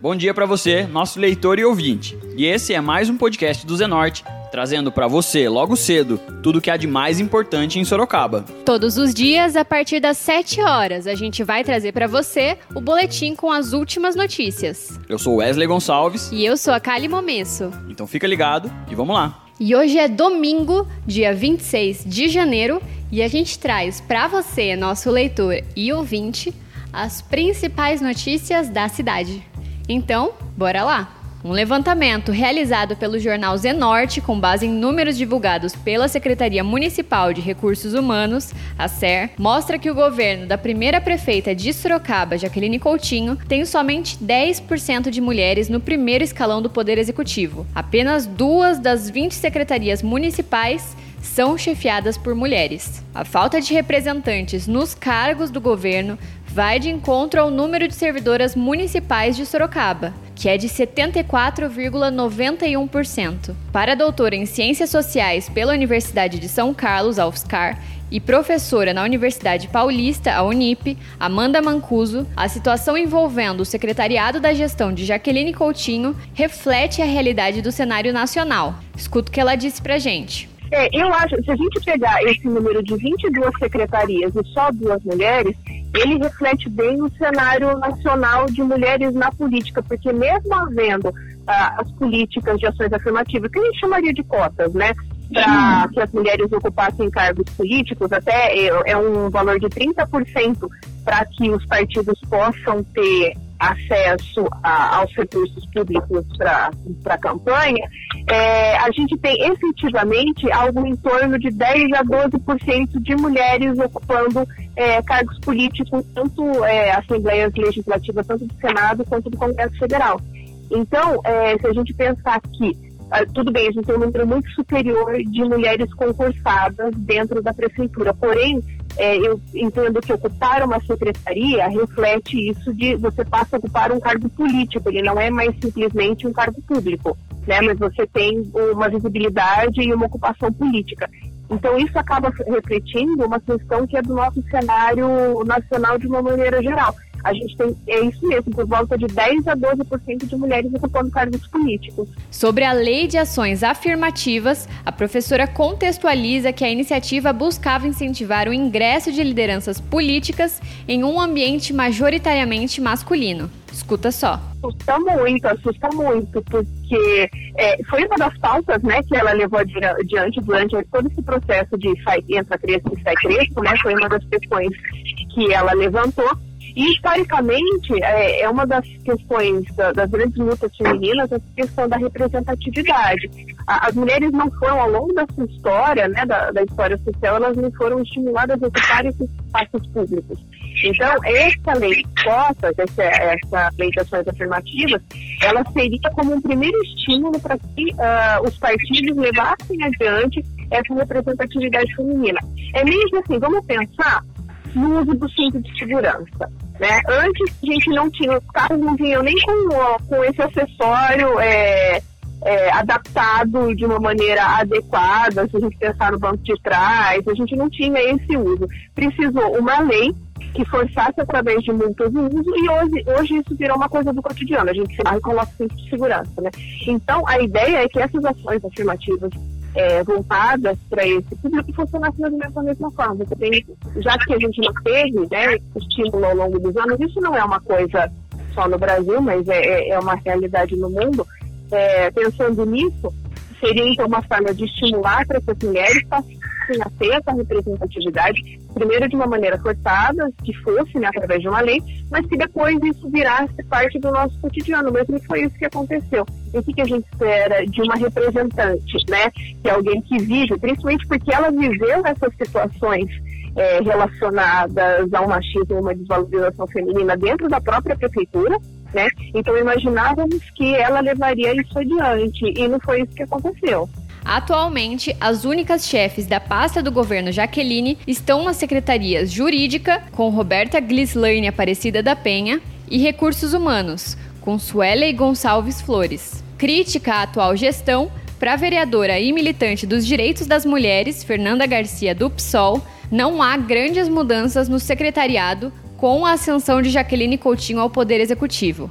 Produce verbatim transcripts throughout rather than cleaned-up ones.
Bom dia para você, nosso leitor e ouvinte. E esse é mais um podcast do Zenorte, trazendo para você, logo cedo, tudo o que há de mais importante em Sorocaba. Todos os dias, a partir das sete horas, a gente vai trazer para você o boletim com as últimas notícias. Eu sou Wesley Gonçalves. E eu sou a Kali Momesso. Então fica ligado e vamos lá. E hoje é domingo, dia vinte e seis de janeiro, e a gente traz para você, nosso leitor e ouvinte, as principais notícias da cidade. Então, bora lá! Um levantamento realizado pelo jornal Zenorte, com base em números divulgados pela Secretaria Municipal de Recursos Humanos, a S E R, mostra que o governo da primeira prefeita de Sorocaba, Jaqueline Coutinho, tem somente dez por cento de mulheres no primeiro escalão do Poder Executivo. Apenas duas das vinte secretarias municipais são chefiadas por mulheres. A falta de representantes nos cargos do governo vai de encontro ao número de servidoras municipais de Sorocaba, que é de setenta e quatro vírgula noventa e um por cento. Para a doutora em Ciências Sociais pela Universidade de São Carlos, a U F S C ar, e professora na Universidade Paulista, a Unip, Amanda Mancuso, a situação envolvendo o secretariado da gestão de Jaqueline Coutinho reflete a realidade do cenário nacional. Escuta o que ela disse pra gente. É, eu acho que se a gente pegar esse número de vinte e duas secretarias e só duas mulheres, ele reflete bem o cenário nacional de mulheres na política, porque mesmo havendo ah, as políticas de ações afirmativas, que a gente chamaria de cotas, né, para que as mulheres ocupassem cargos políticos, até é, é um valor de trinta por cento para que os partidos possam ter acesso a, aos recursos públicos para a campanha, é, a gente tem efetivamente algo em torno de dez a doze por cento de mulheres ocupando é, cargos políticos, tanto é, assembleias legislativas, tanto do Senado quanto do Congresso Federal. Então, é, se a gente pensar que ah, tudo bem, a gente tem um número muito superior de mulheres concursadas dentro da prefeitura, porém, é, eu entendo que ocupar uma secretaria reflete isso de você passa a ocupar um cargo político, ele não é mais simplesmente um cargo público, né? Mas você tem uma visibilidade e uma ocupação política. Então isso acaba refletindo uma questão que é do nosso cenário nacional de uma maneira geral. A gente tem, é isso mesmo, por volta de dez a doze por cento de mulheres ocupando cargos políticos. Sobre a Lei de Ações Afirmativas, a professora contextualiza que a iniciativa buscava incentivar o ingresso de lideranças políticas em um ambiente majoritariamente masculino. Escuta só. Assusta muito, assusta muito, porque é, foi uma das pautas, né, que ela levou adiante durante todo esse processo de sai, entra crespo e sai crespo, né, foi uma das questões que ela levantou. E, historicamente, é, é uma das questões da, das grandes lutas femininas, a questão da representatividade. A, as mulheres não foram, ao longo da sua história, né, da, da história social, elas não foram estimuladas a ocupar esses espaços públicos. Então, essa lei de cotas, essa, essa lei de ações afirmativas, ela seria como um primeiro estímulo para que uh, os partidos levassem adiante essa representatividade feminina. É mesmo assim, vamos pensar no uso do cinto de segurança, né? Antes a gente não tinha, os carros não vinham nem com, com esse acessório é, é, adaptado de uma maneira adequada, se a gente pensar no banco de trás, a gente não tinha esse uso. Precisou uma lei que forçasse através de multas o uso e hoje, hoje isso virou uma coisa do cotidiano, a gente se e coloca o cinto de segurança, né? Então a ideia é que essas ações afirmativas É, voltadas para esse público funcionassem da mesma forma. Você tem, já que a gente não teve, né, estímulo ao longo dos anos, isso não é uma coisa só no Brasil, mas é, é uma realidade no mundo. É, pensando nisso, seria então uma forma de estimular para que as mulheres passassem a ter essa representatividade, primeiro de uma maneira forçada, que fosse, né, através de uma lei, mas que depois isso virasse parte do nosso cotidiano, mas não foi isso que aconteceu. E o que a gente espera de uma representante, né, que é alguém que vive, principalmente porque ela viveu essas situações é, relacionadas ao machismo, uma desvalorização feminina dentro da própria prefeitura, né? Então imaginávamos que ela levaria isso adiante e não foi isso que aconteceu. Atualmente, as únicas chefes da pasta do governo Jaqueline estão nas secretarias Jurídica, com Roberta Glislaine Aparecida da Penha, e Recursos Humanos, com Suelen Gonçalves Flores. Crítica à atual gestão, para a vereadora e militante dos direitos das mulheres, Fernanda Garcia do P SOL, não há grandes mudanças no secretariado com a ascensão de Jaqueline Coutinho ao Poder Executivo.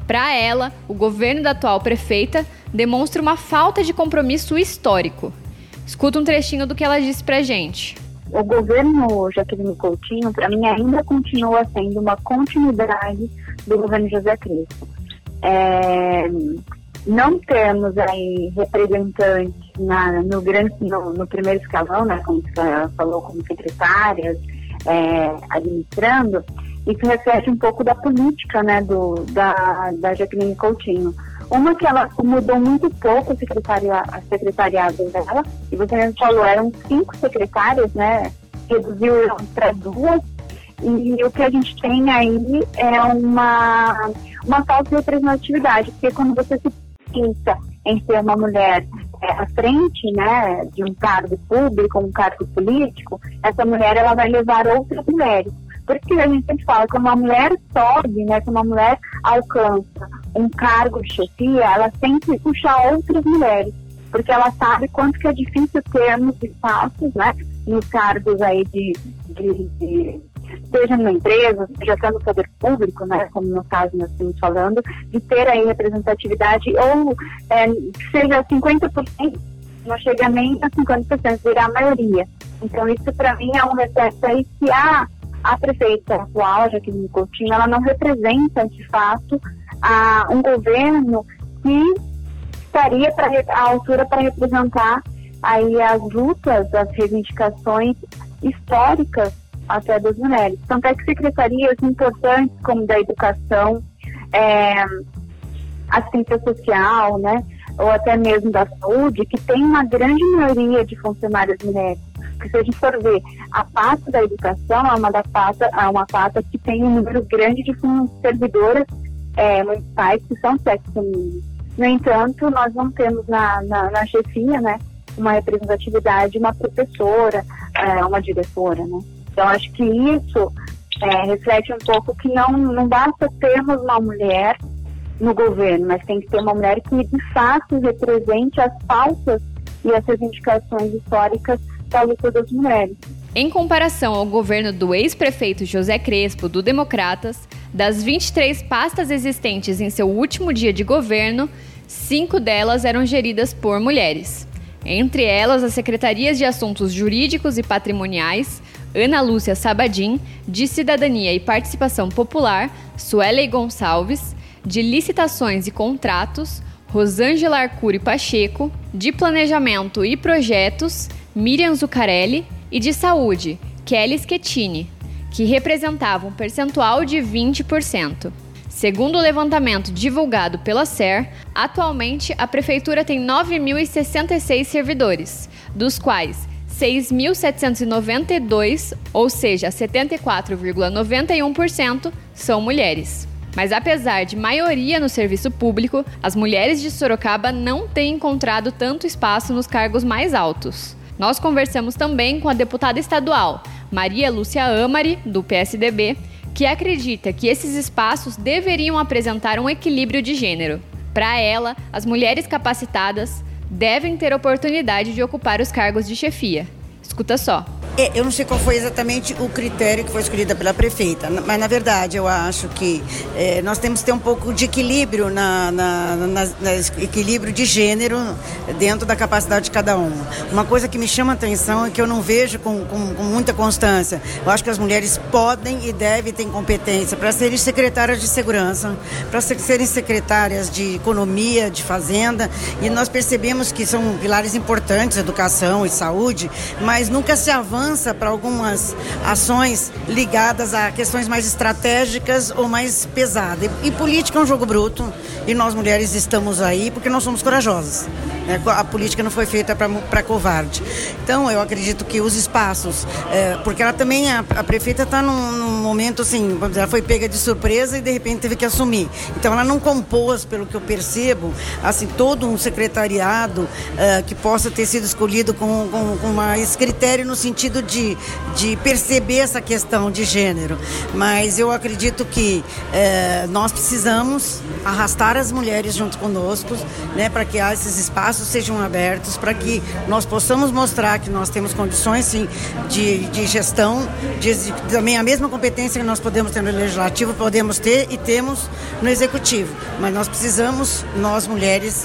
Para ela, o governo da atual prefeita demonstra uma falta de compromisso histórico. Escuta um trechinho do que ela disse pra gente. O governo Jaqueline Coutinho, para mim, ainda continua sendo uma continuidade do governo José Crespo. É, não temos aí representantes na, no, grande, no, no primeiro escalão, né, como você falou, como secretárias, é, administrando. Isso reflete um pouco da política, né, do, da, da Jaqueline Coutinho. Uma que ela mudou muito pouco a secretariado dela, e você mesmo falou, eram cinco secretárias, né, reduziu para duas, e o que a gente tem aí é uma, uma falta de representatividade, porque quando você se pensa em ser uma mulher é, à frente, né, de um cargo público, um cargo político, essa mulher ela vai levar outras mulheres. Por isso que a gente sempre fala que uma mulher sobe, né, que uma mulher alcança um cargo de chefia, ela sempre puxa outras mulheres, porque ela sabe quanto que é difícil termos espaços, né, nos cargos aí de, de, de seja numa empresa, seja até no poder público, né, como no caso nós estamos falando, de ter aí representatividade ou é, seja cinquenta por cento, não chega nem a cinquenta por cento, virá a maioria. Então isso para mim é um reflexo aí que a A prefeita atual, Jaqueline Coutinho, ela não representa, de fato, a, um governo que estaria pra, à altura para representar aí as lutas, as reivindicações históricas até das mulheres. Tanto é que secretarias importantes como da educação, é, assistência social, né, ou até mesmo da saúde, que tem uma grande maioria de funcionárias mulheres. Porque se a gente for ver, a pasta da educação é uma, da pasta, é uma pasta que tem um número grande de servidoras é, municipais que são sexo feminino. No entanto, nós não temos na, na, na chefia, né, uma representatividade, uma professora, é, uma diretora, né. Então, acho que isso é, reflete um pouco que não, não basta termos uma mulher no governo, mas tem que ter uma mulher que, de fato, represente as pautas e as reivindicações históricas da luta das mulheres. Em comparação ao governo do ex-prefeito José Crespo, do Democratas, das vinte e três pastas existentes em seu último dia de governo, cinco delas eram geridas por mulheres. Entre elas, as secretarias de Assuntos Jurídicos e Patrimoniais, Ana Lúcia Sabadim, de Cidadania e Participação Popular, Suelen Gonçalves, de Licitações e Contratos, Rosângela Arcuri Pacheco, de Planejamento e Projetos, Miriam Zuccarelli, e de Saúde, Kelly Schettini, que representavam um percentual de vinte por cento. Segundo o levantamento divulgado pela S E R, atualmente a Prefeitura tem nove mil e sessenta e seis servidores, dos quais seis mil setecentos e noventa e dois, ou seja, setenta e quatro vírgula noventa e um por cento, são mulheres. Mas apesar de maioria no serviço público, as mulheres de Sorocaba não têm encontrado tanto espaço nos cargos mais altos. Nós conversamos também com a deputada estadual, Maria Lúcia Amari, do P S D B, que acredita que esses espaços deveriam apresentar um equilíbrio de gênero. Para ela, as mulheres capacitadas devem ter oportunidade de ocupar os cargos de chefia. Escuta só. É, eu não sei qual foi exatamente o critério que foi escolhido pela prefeita, mas na verdade eu acho que é, nós temos que ter um pouco de equilíbrio, na, na, na, na equilíbrio de gênero dentro da capacidade de cada um. Uma coisa que me chama a atenção é que eu não vejo com, com, com muita constância. Eu acho que as mulheres podem e devem ter competência para serem secretárias de segurança, para serem secretárias de economia, de fazenda, e nós percebemos que são pilares importantes, educação e saúde, mas nunca se avança para algumas ações ligadas a questões mais estratégicas ou mais pesadas. E, e política é um jogo bruto, e nós mulheres estamos aí porque nós somos corajosas. Né? A política não foi feita para covarde. Então eu acredito que os espaços, é, porque ela também, a, a prefeita está num, num momento assim, vamos dizer, ela foi pega de surpresa e de repente teve que assumir. Então ela não compôs, pelo que eu percebo, assim, todo um secretariado é, que possa ter sido escolhido com, com, com mais critério no sentido De, de perceber essa questão de gênero, mas eu acredito que é, nós precisamos arrastar as mulheres junto conosco, né, para que esses espaços espaços sejam abertos para que nós possamos mostrar que nós temos condições, sim, de, de gestão, de, de, também a mesma competência que nós podemos ter no Legislativo, podemos ter e temos no Executivo. Mas nós precisamos, nós mulheres,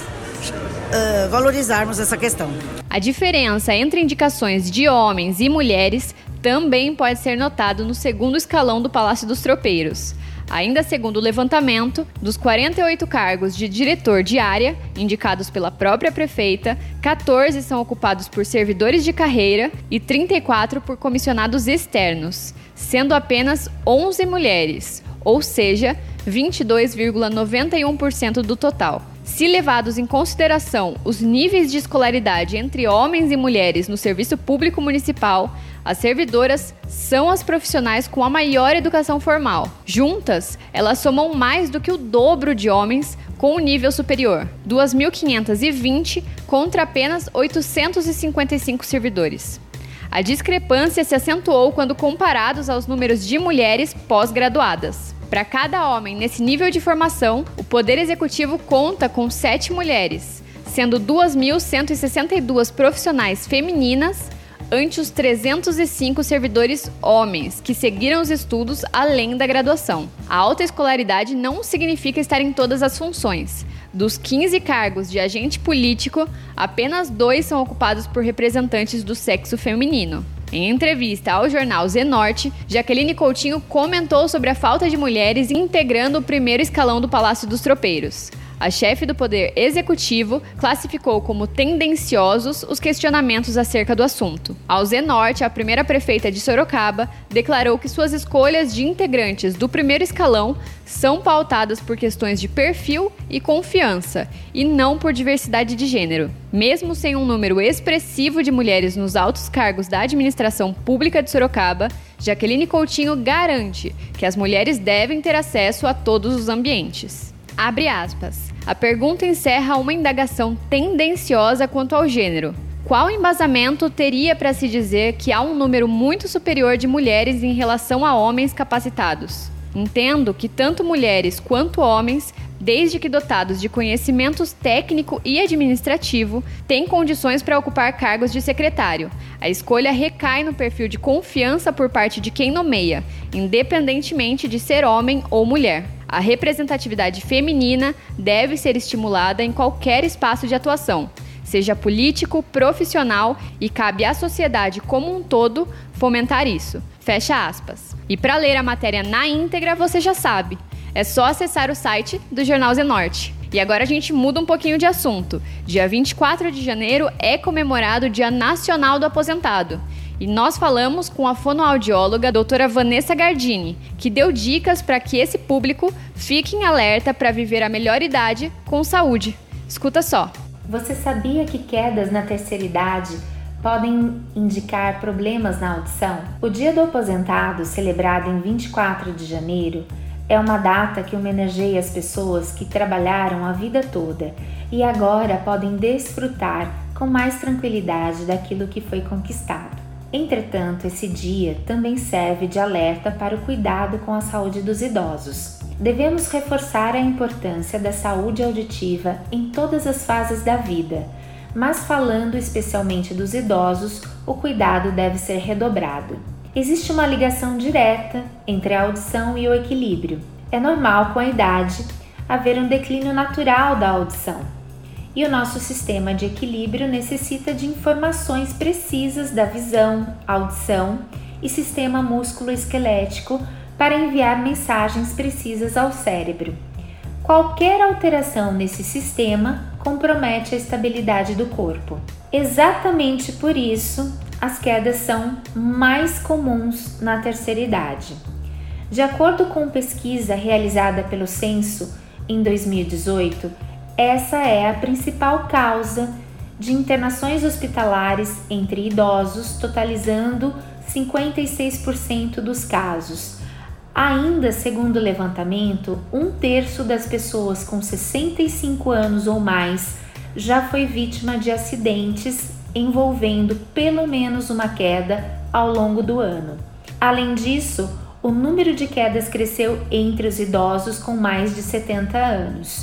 uh, valorizarmos essa questão. A diferença entre indicações de homens e mulheres também pode ser notado no segundo escalão do Palácio dos Tropeiros. Ainda segundo o levantamento, dos quarenta e oito cargos de diretor de área, indicados pela própria prefeita, quatorze são ocupados por servidores de carreira e trinta e quatro por comissionados externos, sendo apenas onze mulheres, ou seja, vinte e dois vírgula noventa e um por cento do total. Se levados em consideração os níveis de escolaridade entre homens e mulheres no serviço público municipal, as servidoras são as profissionais com a maior educação formal. Juntas, elas somam mais do que o dobro de homens com o nível superior, duas mil quinhentos e vinte contra apenas oitocentos e cinquenta e cinco servidores. A discrepância se acentuou quando comparados aos números de mulheres pós-graduadas. Para cada homem nesse nível de formação, o Poder Executivo conta com sete mulheres, sendo duas mil cento e sessenta e duas profissionais femininas ante os trezentos e cinco servidores homens que seguiram os estudos além da graduação. A alta escolaridade não significa estar em todas as funções. Dos quinze cargos de agente político, apenas dois são ocupados por representantes do sexo feminino. Em entrevista ao jornal Zenorte, Jaqueline Coutinho comentou sobre a falta de mulheres integrando o primeiro escalão do Palácio dos Tropeiros. A chefe do Poder Executivo classificou como tendenciosos os questionamentos acerca do assunto. Ao Zenorte, a primeira prefeita de Sorocaba declarou que suas escolhas de integrantes do primeiro escalão são pautadas por questões de perfil e confiança, e não por diversidade de gênero. Mesmo sem um número expressivo de mulheres nos altos cargos da administração pública de Sorocaba, Jaqueline Coutinho garante que as mulheres devem ter acesso a todos os ambientes. Abre aspas. A pergunta encerra uma indagação tendenciosa quanto ao gênero. Qual embasamento teria para se dizer que há um número muito superior de mulheres em relação a homens capacitados? Entendo que tanto mulheres quanto homens, desde que dotados de conhecimentos técnico e administrativo, têm condições para ocupar cargos de secretário. A escolha recai no perfil de confiança por parte de quem nomeia, independentemente de ser homem ou mulher. A representatividade feminina deve ser estimulada em qualquer espaço de atuação, seja político, profissional, e cabe à sociedade como um todo fomentar isso. Fecha aspas. E para ler a matéria na íntegra, você já sabe. É só acessar o site do Jornal Zenorte. E agora a gente muda um pouquinho de assunto. Dia vinte e quatro de janeiro é comemorado o Dia Nacional do Aposentado. E nós falamos com a fonoaudióloga doutora Vanessa Gardini, que deu dicas para que esse público fique em alerta para viver a melhor idade com saúde. Escuta só. Você sabia que quedas na terceira idade podem indicar problemas na audição? O Dia do Aposentado, celebrado em vinte e quatro de janeiro, é uma data que homenageia as pessoas que trabalharam a vida toda e agora podem desfrutar com mais tranquilidade daquilo que foi conquistado. Entretanto, esse dia também serve de alerta para o cuidado com a saúde dos idosos. Devemos reforçar a importância da saúde auditiva em todas as fases da vida, mas falando especialmente dos idosos, o cuidado deve ser redobrado. Existe uma ligação direta entre a audição e o equilíbrio. É normal, com a idade, haver um declínio natural da audição. E o nosso sistema de equilíbrio necessita de informações precisas da visão, audição e sistema músculo-esquelético para enviar mensagens precisas ao cérebro. Qualquer alteração nesse sistema compromete a estabilidade do corpo. Exatamente por isso, as quedas são mais comuns na terceira idade. De acordo com pesquisa realizada pelo Censo em dois mil e dezoito, essa é a principal causa de internações hospitalares entre idosos, totalizando cinquenta e seis por cento dos casos. Ainda segundo o levantamento, um terço das pessoas com sessenta e cinco anos ou mais já foi vítima de acidentes envolvendo pelo menos uma queda ao longo do ano. Além disso, o número de quedas cresceu entre os idosos com mais de setenta anos.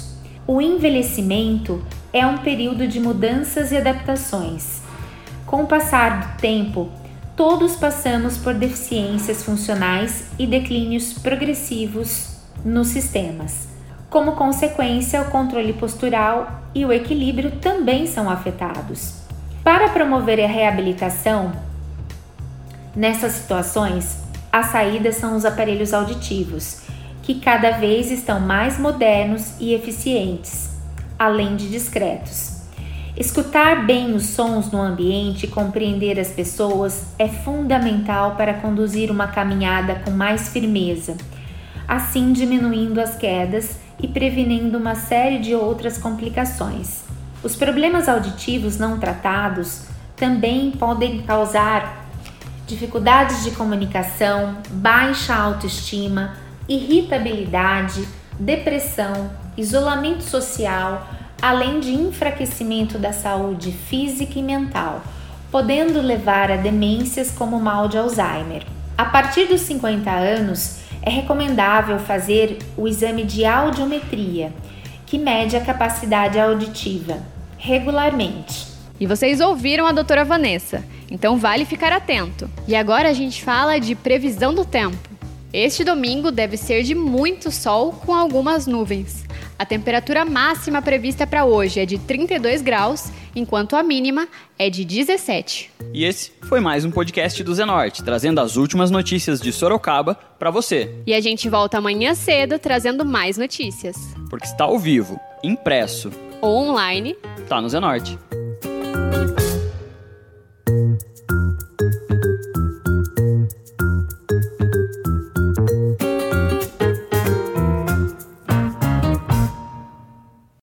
O envelhecimento é um período de mudanças e adaptações. Com o passar do tempo, todos passamos por deficiências funcionais e declínios progressivos nos sistemas. Como consequência, o controle postural e o equilíbrio também são afetados. Para promover a reabilitação, nessas situações, as saídas são os aparelhos auditivos, que cada vez estão mais modernos e eficientes, além de discretos. Escutar bem os sons no ambiente e compreender as pessoas é fundamental para conduzir uma caminhada com mais firmeza, assim diminuindo as quedas e prevenindo uma série de outras complicações. Os problemas auditivos não tratados também podem causar dificuldades de comunicação, baixa autoestima, irritabilidade, depressão, isolamento social, além de enfraquecimento da saúde física e mental, podendo levar a demências como o mal de Alzheimer. A partir dos cinquenta anos, é recomendável fazer o exame de audiometria, que mede a capacidade auditiva, regularmente. E vocês ouviram a doutora Vanessa, então vale ficar atento. E agora a gente fala de previsão do tempo. Este domingo deve ser de muito sol com algumas nuvens. A temperatura máxima prevista para hoje é de trinta e dois graus, enquanto a mínima é de dezessete. E esse foi mais um podcast do Zenorte, trazendo as últimas notícias de Sorocaba para você. E a gente volta amanhã cedo trazendo mais notícias. Porque está ao vivo, impresso ou online, tá no Zenorte.